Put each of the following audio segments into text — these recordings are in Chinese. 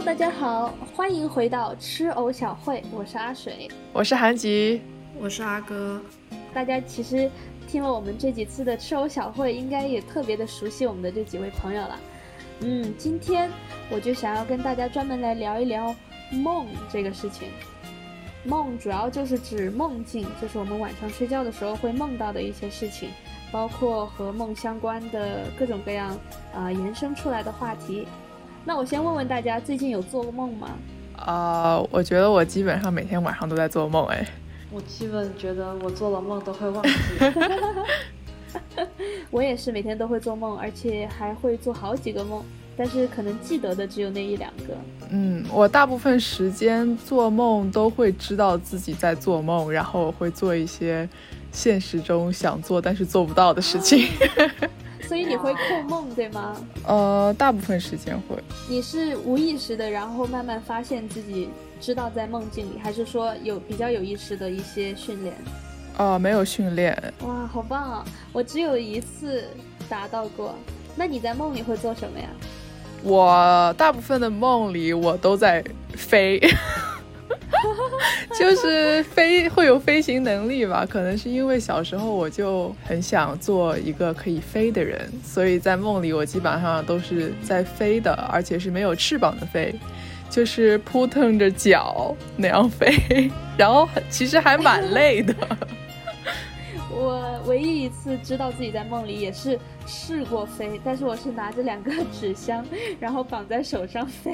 大家好，欢迎回到吃藕小会，我是阿水， 我是韩吉， 我是阿哥。 大家其实听了我们这几次的吃藕小会，应该也特别的熟悉我们的这几位朋友了。今天我就想要跟大家专门来聊一聊梦这个事情。梦主要就是指梦境，就是我们晚上睡觉的时候会梦到的一些事情，包括和梦相关的各种各样延伸出来的话题。那我先问问大家，最近有做过梦吗？ 我觉得我基本上每天晚上都在做梦。 我基本觉得我做了梦都会忘记。 我也是每天都会做梦，而且还会做好几个梦，但是可能记得的只有那一两个。 我大部分时间做梦都会知道自己在做梦，然后会做一些现实中想做但是做不到的事情。 所以你会控梦对吗？ 大部分时间会。你是无意识的，然后慢慢发现自己知道在梦境里，还是说有比较有意识的一些训练？ 没有训练。 哇，好棒啊！我只有一次达到过。那你在梦里会做什么呀？ 我大部分的梦里我都在飞。就是会有飞行能力吧，可能是因为小时候我就很想做一个可以飞的人，所以在梦里我基本上都是在飞的，而且是没有翅膀的飞，就是扑腾着脚那样飞，然后其实还蛮累的。 我唯一一次知道自己在梦里也是试过飞，但是我是拿着2个纸箱，然后绑在手上飞。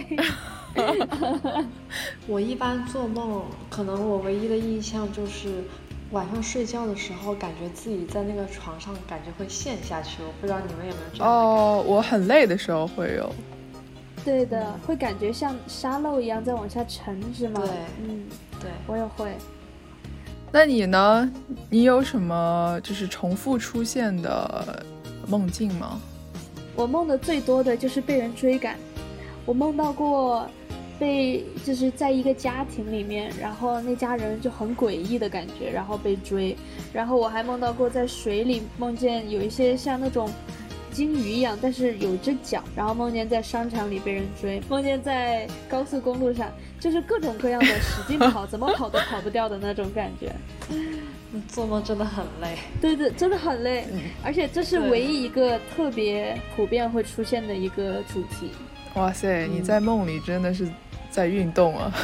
我一般做梦，可能我唯一的印象就是晚上睡觉的时候，感觉自己在那个床上，感觉会陷下去。我不知道你们有没有这样的感觉？ 我很累的时候会有。 对的，会感觉像沙漏一样在往下沉，是吗？ 对， 对，我也会。 那你呢？你有什么就是重复出现的梦境吗？ 我梦的最多的就是被人追赶。我梦到过就是在一个家庭里面，然后那家人就很诡异的感觉，然后被追。然后我还梦到过在水里梦见有一些像那种金鱼一样，但是有只脚，然后梦见在商场里被人追，梦见在高速公路上，就是各种各样的使劲跑，怎么跑都跑不掉的那种感觉。 做梦真的很累。 对对，真的很累。而且这是唯一一个特别普遍会出现的一个主题。 哇塞，你在梦里真的是在运动啊。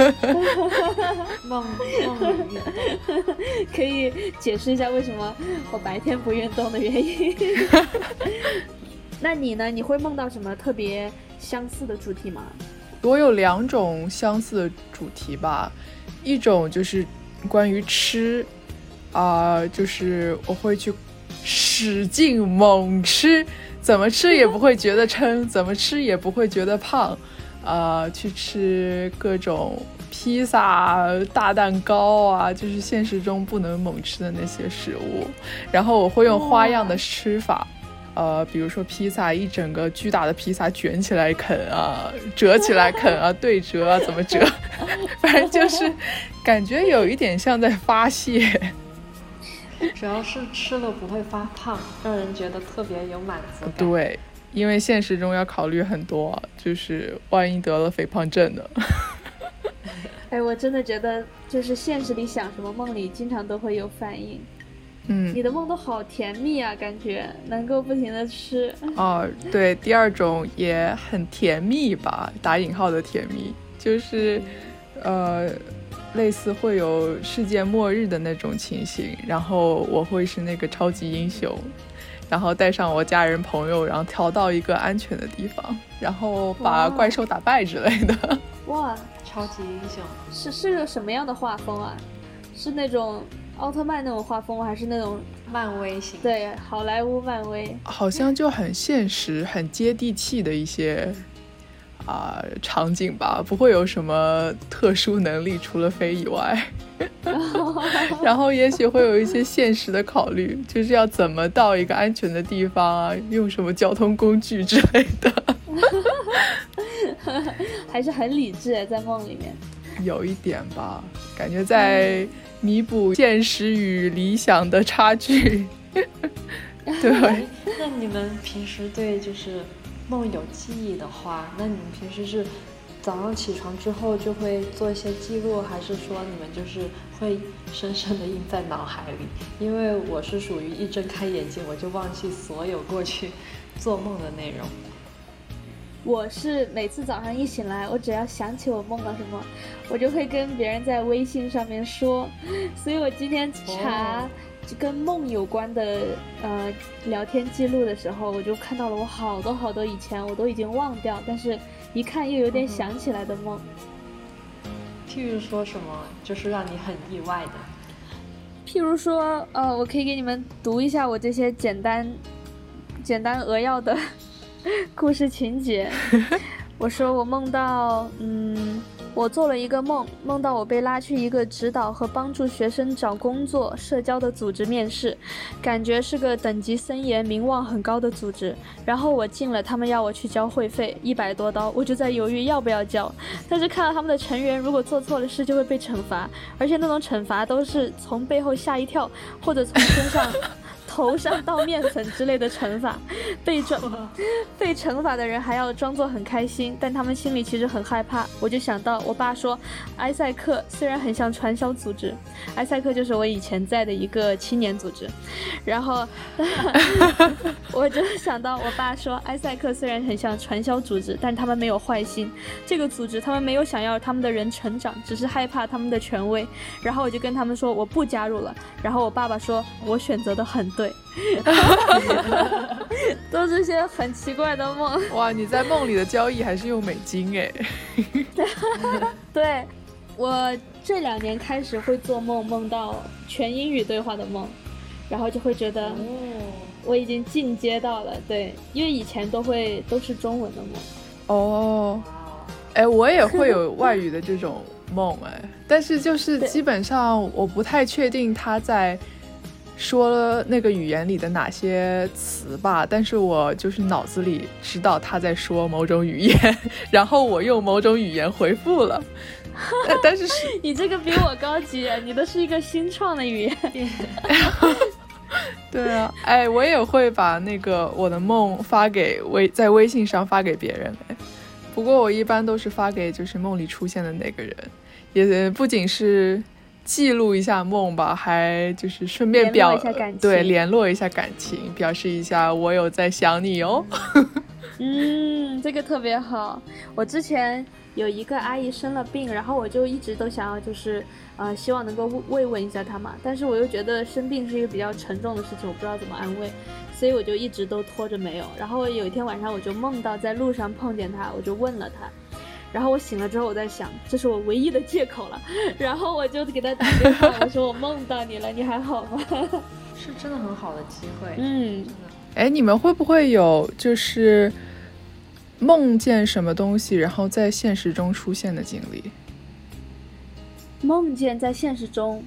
梦里运动。 可以解释一下为什么我白天不运动的原因。那你呢？你会梦到什么特别相似的主题吗？ 我有2种相似的主题吧，一种就是关于吃，就是我会去使劲猛吃，怎么吃也不会觉得撑，怎么吃也不会觉得胖，去吃各种披萨、大蛋糕啊，就是现实中不能猛吃的那些食物。然后我会用花样的吃法，比如说披萨，一整个巨大的披萨卷起来啃啊，折起来啃啊，对折啊，怎么折，反正就是感觉有一点像在发泄。 主要是吃了不会发胖，让人觉得特别有满足感。 对，因为现实中要考虑很多，就是万一得了肥胖症呢。 我真的觉得就是现实里想什么，梦里经常都会有反应。你的梦都好甜蜜啊，感觉能够不停的吃。 对，第2种也很甜蜜吧，打引号的甜蜜，就是类似会有世界末日的那种情形，然后我会是那个超级英雄，然后带上我家人朋友，然后逃到一个安全的地方，然后把怪兽打败之类的。 哇， 超级英雄是个什么样的画风啊？是那种奥特曼那种画风，还是那种漫威型？ 对，好莱坞漫威。 好像就很现实很接地气的一些场景吧，不会有什么特殊能力除了飞以外。然后也许会有一些现实的考虑，就是要怎么到一个安全的地方啊，用什么交通工具之类的。 还是很理智，在梦里面有一点吧，感觉在弥补现实与理想的差距。对。 那你们平时对就是梦有记忆的话，那你们平时是早上起床之后就会做一些记录，还是说你们就是会深深的印在脑海里？因为我是属于一睁开眼睛我就忘记所有过去做梦的内容。 我是每次早上一醒来，我只要想起我梦了什么，我就会跟别人在微信上面说。所以我今天查跟梦有关的聊天记录的时候，我就看到了我好多好多以前我都已经忘掉，但是一看又有点想起来的梦。 譬如说什么就是让你很意外的？ 譬如说我可以给你们读一下我这些简单扼要的故事情节。我说我梦到我做了一个梦，梦到我被拉去一个指导和帮助学生找工作、社交的组织面试，感觉是个等级森严、名望很高的组织。然后我进了，他们要我去交会费，100多刀，我就在犹豫要不要交。但是看到他们的成员如果做错了事就会被惩罚，而且那种惩罚都是从背后吓一跳，或者从身上头上倒面粉之类的惩罚。被惩罚的人还要装作很开心，但他们心里其实很害怕。我就想到我爸说埃塞克虽然很像传销组织，埃塞克就是我以前在的一个青年组织，然后我就想到我爸说埃塞克虽然很像传销组织，但他们没有坏心，这个组织他们没有想要他们的人成长，只是害怕他们的权威。然后我就跟他们说我不加入了，然后我爸爸说我选择的很对。都是些很奇怪的梦。 哇，你在梦里的交易还是用美金哎。 对，我这2年开始会做梦，梦到全英语对话的梦，然后就会觉得我已经进阶到了。对，因为以前都是中文的梦。 哦，哎，我也会有外语的这种梦哎，但是就是基本上我不太确定他在说了那个语言里的哪些词吧，但是我就是脑子里知道他在说某种语言，然后我用某种语言回复了。但是你这个比我高级，你的是一个新创的语言。 对啊，哎，我也会把那个我的梦在微信上发给别人，不过我一般都是发给就是梦里出现的那个人，也不仅是记录一下梦吧，还就是顺便联络一下感情，表示一下我有在想你哦。 这个特别好。我之前有一个阿姨生了病，然后我就一直都想要就是希望能够慰问一下她嘛，但是我又觉得生病是一个比较沉重的事情，我不知道怎么安慰，所以我就一直都拖着没有。然后有一天晚上我就梦到在路上碰见她，我就问了她，然后我醒了之后我在想这是我唯一的借口了，然后我就给她打电话，我说我梦到你了，你还好吗？ 是真的很好的机会。 哎，你们会不会有就是梦见什么东西然后在现实中出现的经历？ 梦见在现实中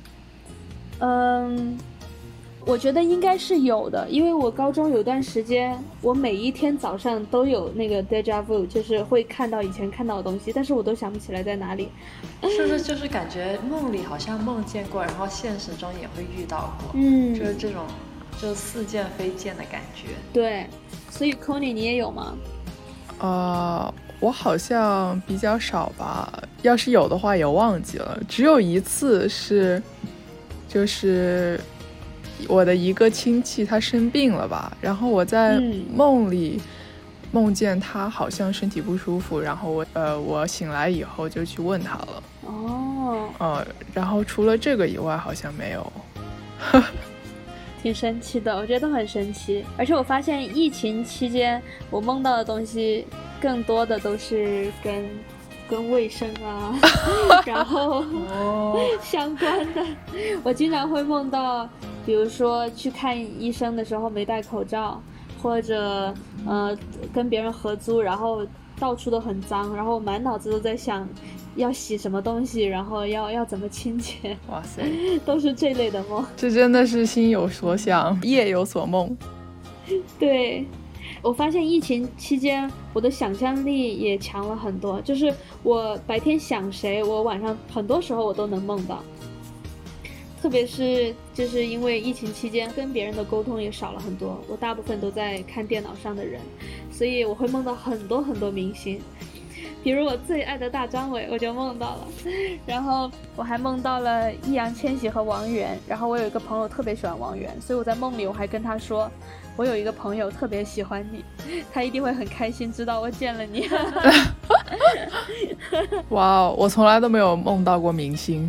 我觉得应该是有的，因为我高中有段时间我每一天早上都有那个 déjà vu， 就是会看到以前看到的东西，但是我都想不起来在哪里。 是不是就是感觉梦里好像梦见过，然后现实中也会遇到过，就是这种就似见非见的感觉。对， 所以 Connie 你也有吗？ 我好像比较少吧，要是有的话也忘记了。只有一次是就是我的一个亲戚他生病了吧，然后我在梦里梦见他好像身体不舒服，然后我醒来以后就去问他了。然后除了这个以外好像没有。 挺神奇的，我觉得很神奇。而且我发现疫情期间我梦到的东西更多的都是跟卫生啊然后相关的。我经常会梦到比如说去看医生的时候没戴口罩，或者跟别人合租然后到处都很脏，然后满脑子都在想要洗什么东西，然后要怎么清洁。 哇塞， 都是这类的梦。 这真的是心有所想夜有所梦。 对，我发现疫情期间我的想象力也强了很多，就是我白天想谁，我晚上很多时候我都能梦到。特别是就是因为疫情期间跟别人的沟通也少了很多，我大部分都在看电脑上的人，所以我会梦到很多很多明星。 比如我最爱的大张伟，我就梦到了。然后我还梦到了易烊千玺和王源。然后我有一个朋友特别喜欢王源，所以我在梦里我还跟他说，我有一个朋友特别喜欢你，他一定会很开心知道我见了你。 哇哦，我从来都没有梦到过明星。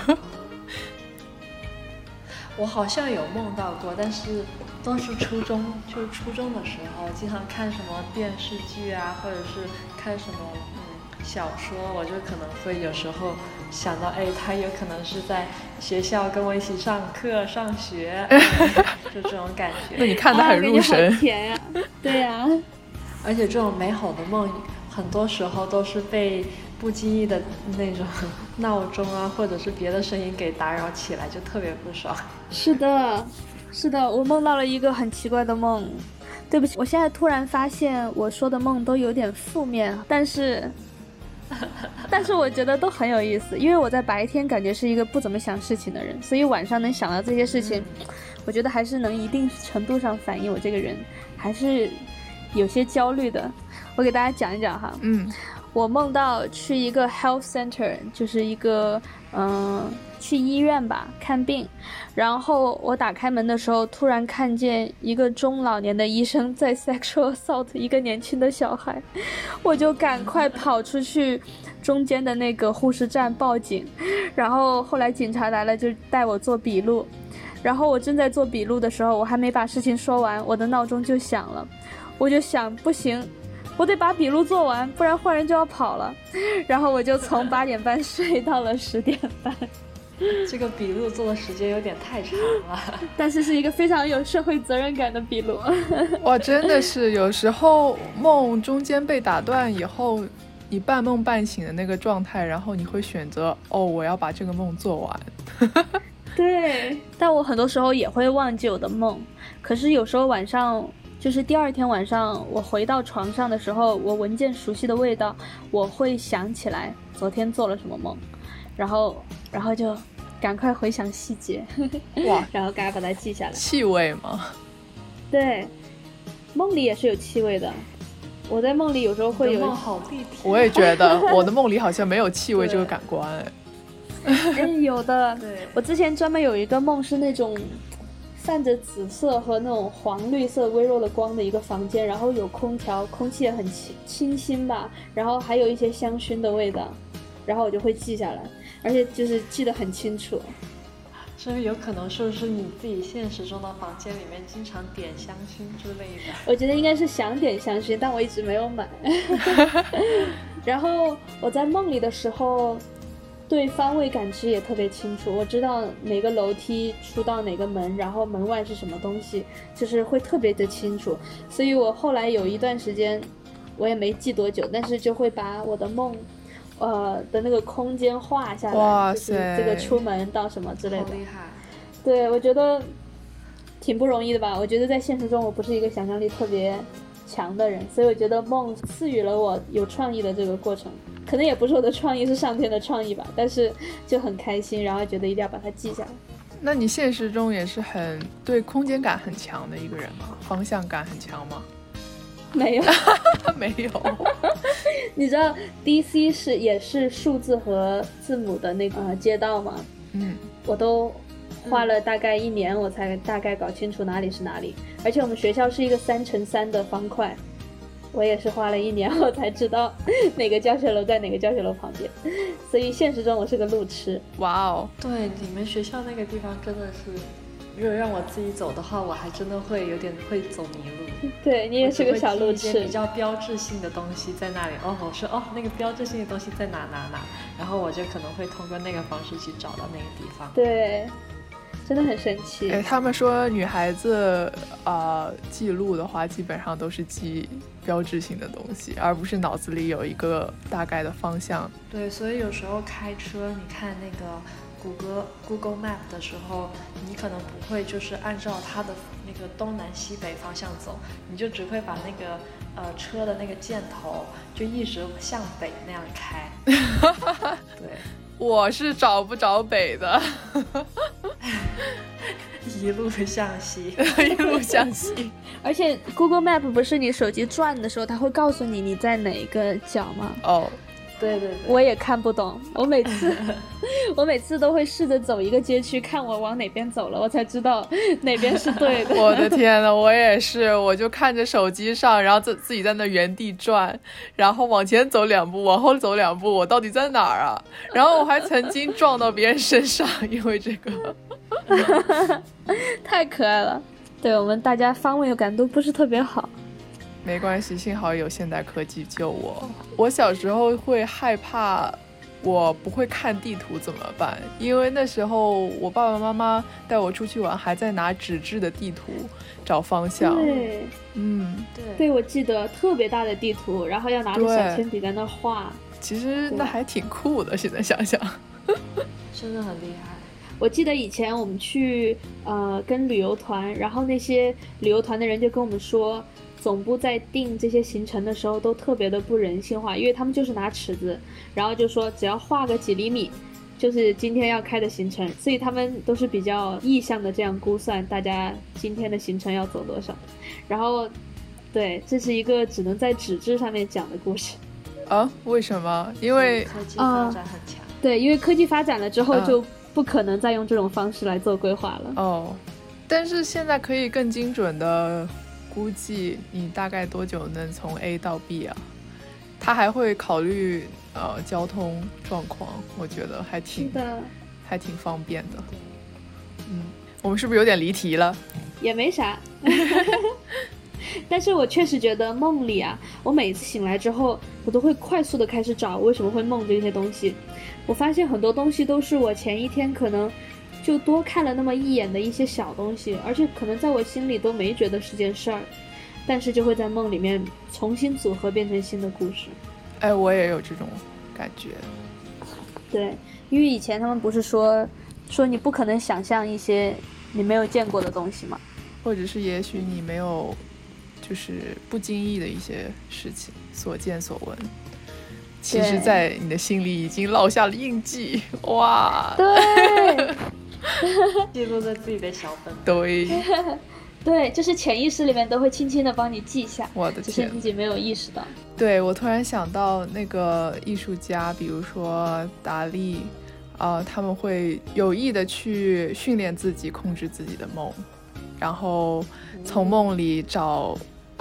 我好像有梦到过，但是都是初中的时候，经常看什么电视剧啊，或者是看什么小说，我就可能会有时候想到，哎，他有可能是在学校跟我一起上课上学，就这种感觉。 那你看得很入神。 好甜呀！对呀， 而且这种美好的梦，很多时候都是被不经意的那种闹钟啊，或者是别的声音给打扰起来，就特别不爽。 是的，是的，我梦到了一个很奇怪的梦。对不起，我现在突然发现我说的梦都有点负面，但是我觉得都很有意思，因为我在白天感觉是一个不怎么想事情的人，所以晚上能想到这些事情，我觉得还是能一定程度上反映我这个人还是有些焦虑的。我给大家讲一讲哈。我梦到去一个 health center， 就是一个去医院吧看病，然后我打开门的时候，突然看见一个中老年的医生在 sexual assault 一个年轻的小孩，我就赶快跑出去中间的那个护士站报警，然后后来警察来了就带我做笔录，然后我正在做笔录的时候，我还没把事情说完，我的闹钟就响了，我就想不行，我得把笔录做完，不然坏人就要跑了。然后我就从8点半睡到了10点半。 这个笔录做的时间有点太长了， 但是是一个非常有社会责任感的笔录。 哇，真的是有时候梦中间被打断以后，你半梦半醒的那个状态，然后你会选择我要把这个梦做完。 对，但我很多时候也会忘记我的梦，可是有时候晚上就是第二天晚上我回到床上的时候，我闻见熟悉的味道，我会想起来昨天做了什么梦，然后就赶快回想细节。 哇， 然后赶快把它记下来。 气味吗？ 对，梦里也是有气味的。我在梦里有时候会有梦好立体。 我也觉得我的梦里好像没有气味这个感官。 有的。 对， 我之前专门有一个梦是那种泛着紫色和那种黄绿色微弱的光的一个房间，然后有空调，空气也很清新吧，然后还有一些香薰的味道，然后我就会记下来，而且就是记得很清楚。 是不是有可能是不是你自己现实中的房间里面经常点香薰之类的？ 我觉得应该是想点香薰，但我一直没有买。然后我在梦里的时候对方位感知也特别清楚，我知道哪个楼梯出到哪个门，然后门外是什么东西，就是会特别的清楚。所以我后来有一段时间我也没记多久，但是就会把我的梦的那个空间画下来。 哇塞，就是这个出门到什么之类的。 好厉害。 对，我觉得挺不容易的吧。我觉得在现实中我不是一个想象力特别强的人，所以我觉得梦赐予了我有创意的这个过程。可能也不是我的创意，是上天的创意吧，但是就很开心，然后觉得一定要把它记下来。 那你现实中也是很对空间感很强的一个人吗？方向感很强吗？ 没有。 没有。 你知道 DC 也是数字和字母的那个街道吗？我都花了大概1年我才大概搞清楚哪里是哪里，而且我们学校是一个3×3的方块，我也是花了1年我才知道哪个教学楼在哪个教学楼旁边，所以现实中我是个路痴。 哇哦， 对，你们学校那个地方真的是，如果让我自己走的话，我还真的会有点会走迷路。 对，你也是个小路痴。 一些比较标志性的东西在那里，我说那个标志性的东西在哪，然后我就可能会通过那个方式去找到那个地方。 对，真的很神奇。 他们说女孩子记录的话，基本上都是记标志性的东西，而不是脑子里有一个大概的方向。 对，所以有时候开车，你看那个Google Map 的时候，你可能不会就是按照它的那个东南西北方向走，你就只会把那个车的那个箭头就一直向北那样开。对， 我是找不着北的。 一路向西。 一路向西。 而且 Google Map 不是你手机转的时候，它会告诉你你在哪一个角吗？ 哦， 对对对， 我也看不懂，我每次都会试着走一个街区，看我往哪边走了，我才知道哪边是对的。 我的天呐，我也是，我就看着手机上，然后自己在那原地转，然后往前走2步，往后走2步，我到底在哪儿啊？然后我还曾经撞到别人身上，因为这个。 太可爱了。对，我们大家方位感都不是特别好。 没关系，幸好有现代科技救我。我小时候会害怕我不会看地图怎么办，因为那时候我爸爸妈妈带我出去玩，还在拿纸质的地图找方向。 对，对，我记得特别大的地图，然后要拿着小铅笔在那画。 其实那还挺酷的，现在想想。 真的很厉害。 我记得以前我们去跟旅游团，然后那些旅游团的人就跟我们说，总部在定这些行程的时候都特别的不人性化，因为他们就是拿尺子，然后就说只要画个几厘米就是今天要开的行程，所以他们都是比较意向的这样估算大家今天的行程要走多少。然后对，这是一个只能在纸质上面讲的故事啊？为什么？因为科技发展很强。 对，因为科技发展了之后就不可能再用这种方式来做规划了。 哦，但是现在可以更精准的估计你大概多久能从 A 到 B 啊？他还会考虑交通状况，我觉得还挺方便的。我们是不是有点离题了？ 也没啥。但是我确实觉得梦里啊，我每次醒来之后，我都会快速的开始找为什么会梦这些东西。我发现很多东西都是我前一天可能就多看了那么一眼的一些小东西，而且可能在我心里都没觉得是件事儿，但是就会在梦里面重新组合变成新的故事。 哎，我也有这种感觉。 对，因为以前他们不是说你不可能想象一些你没有见过的东西吗？ 或者是也许你没有就是不经意的一些事情所见所闻，其实在你的心里已经烙下了印记。哇， 对。 记录在自己的小本本。 对。 对，就是潜意识里面都会轻轻的帮你记下， 我的天， 只是自己没有意识到。 对，我突然想到那个艺术家，比如说达利，他们会有意的去训练自己控制自己的梦，然后从梦里找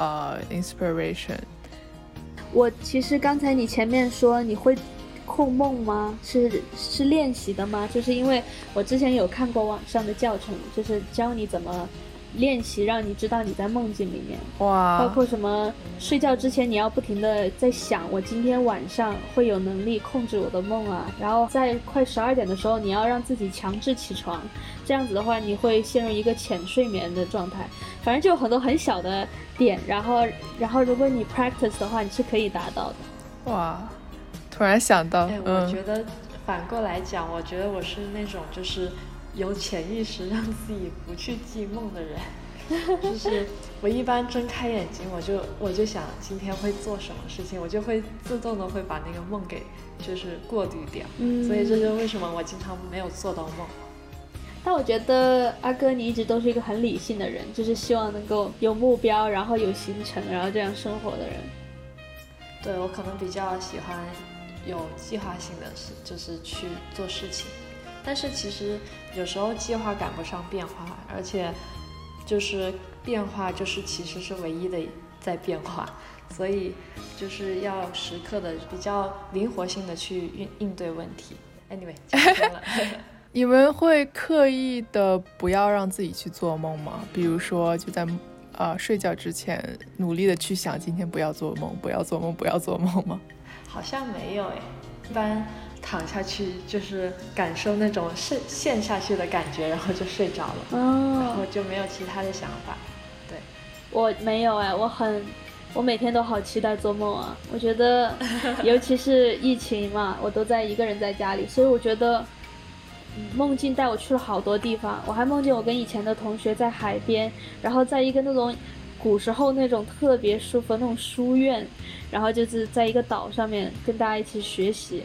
inspiration。 我其实刚才你前面说你会控梦吗？是练习的吗？就是因为我之前有看过网上的教程，就是教你怎么练习，让你知道你在梦境里面。 哇！ 包括什么睡觉之前你要不停的在想，我今天晚上会有能力控制我的梦啊。然后在快12点的时候，你要让自己强制起床，这样子的话，你会陷入一个浅睡眠的状态。反正就有很多很小的点，然后如果你 practice 的话，你是可以达到的。 哇！突然想到， 我觉得反过来讲，我觉得我是那种就是有潜意识让自己不去记梦的人。就是我一般睁开眼睛，我就想今天会做什么事情，我就会自动的会把那个梦给就是过滤掉。所以这就是为什么我经常没有做到梦。 但我觉得阿哥你一直都是一个很理性的人，就是希望能够有目标，然后有行程，然后这样生活的人。 对，我可能比较喜欢有计划性的事，就是去做事情。但是其实有时候计划赶不上变化，而且就是变化就是其实是唯一的在变化，所以就是要时刻的比较灵活性的去应对问题。Anyway， 讲完了。 你们会刻意的不要让自己去做梦吗？比如说就在睡觉之前努力的去想今天不要做梦，不要做梦，不要做梦吗？ 好像没有一般躺下去就是感受那种陷下去的感觉，然后就睡着了。然后就没有其他的想法。对， 我没有我每天都好期待做梦啊！我觉得尤其是疫情嘛，我都在一个人在家里，所以我觉得梦境带我去了好多地方。我还梦见我跟以前的同学在海边，然后在一个那种古时候那种特别舒服的那种书院，然后就是在一个岛上面跟大家一起学习。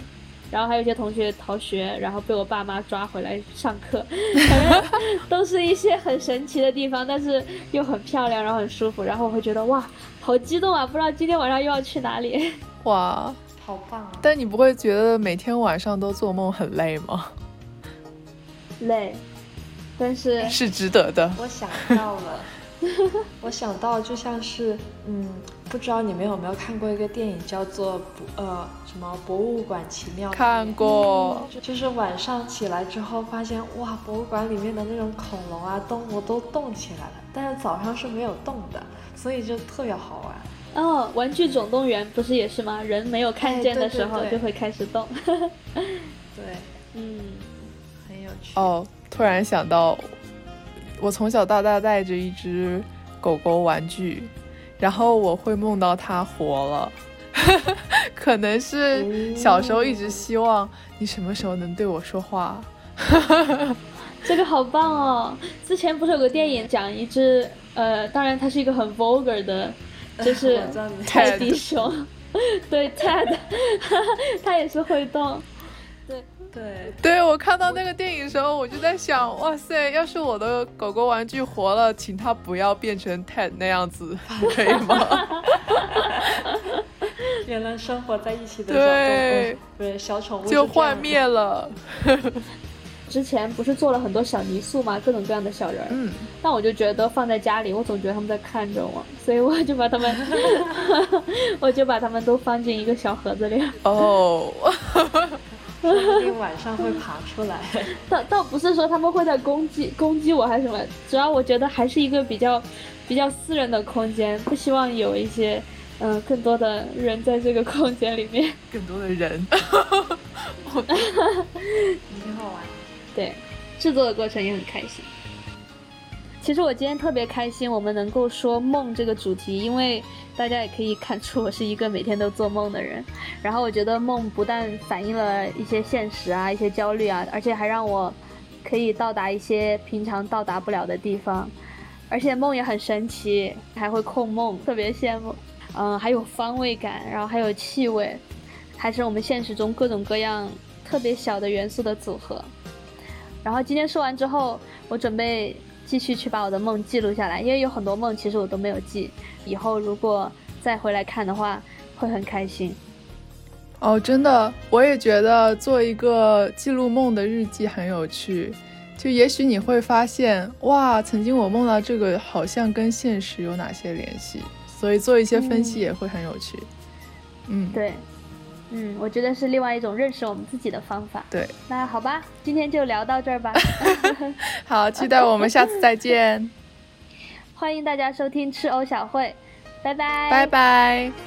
然后还有一些同学逃学，然后被我爸妈抓回来上课，反正都是一些很神奇的地方，但是又很漂亮，然后很舒服，然后我会觉得哇，好激动啊，不知道今天晚上又要去哪里。 哇， 好棒啊！ 但你不会觉得每天晚上都做梦很累吗？ 累，但是是值得的。 我想到了，我想到就像是，不知道你们有没有看过一个电影叫做什么博物馆奇妙？ 看过， 就是晚上起来之后发现，哇，博物馆里面的那种恐龙啊、动物都动起来了，但是早上是没有动的，所以就特别好玩。 哦，玩具总动员不是也是吗？人没有看见的时候对就会开始动。 对，很有趣。 哦，突然想到，我从小到大带着一只狗狗玩具，然后我会梦到它活了。可能是小时候一直希望你什么时候能对我说话。 这个好棒哦！之前不是有个电影讲一只当然它是一个很 vulgar 的，就是泰迪熊，对 Ted， 它也是会动。 对，我看到那个电影的时候，我就在想，哇塞，要是我的狗狗玩具活了，请它不要变成 Ted 那样子，可以吗？ 原来生活在一起的小动物，对，小宠物就幻灭了。 之前不是做了很多小泥塑嘛，各种各样的小人，但我就觉得放在家里，我总觉得他们在看着我，所以我就把他们，都放进一个小盒子里。 哦， 说不定晚上会爬出来。 倒不是说他们会在攻击我还是什么，主要我觉得还是一个比较私人的空间，不希望有一些更多的人在这个空间里面。 更多的人， 挺好玩。 对，制作的过程也很开心。其实我今天特别开心，我们能够说梦这个主题，因为大家也可以看出我是一个每天都做梦的人。然后我觉得梦不但反映了一些现实啊、一些焦虑啊，而且还让我可以到达一些平常到达不了的地方。而且梦也很神奇，还会控梦，特别羡慕。还有方位感，然后还有气味，还是我们现实中各种各样特别小的元素的组合。然后今天说完之后，我准备继续去把我的梦记录下来，因为有很多梦其实我都没有记，以后如果再回来看的话会很开心。 哦，真的，我也觉得做一个记录梦的日记很有趣，就也许你会发现，哇，曾经我梦到这个好像跟现实有哪些联系，所以做一些分析也会很有趣。 对，我觉得是另外一种认识我们自己的方法。 对， 那好吧，今天就聊到这儿吧。 好，期待我们下次再见。 欢迎大家收听赤欧小会，拜拜， 拜拜。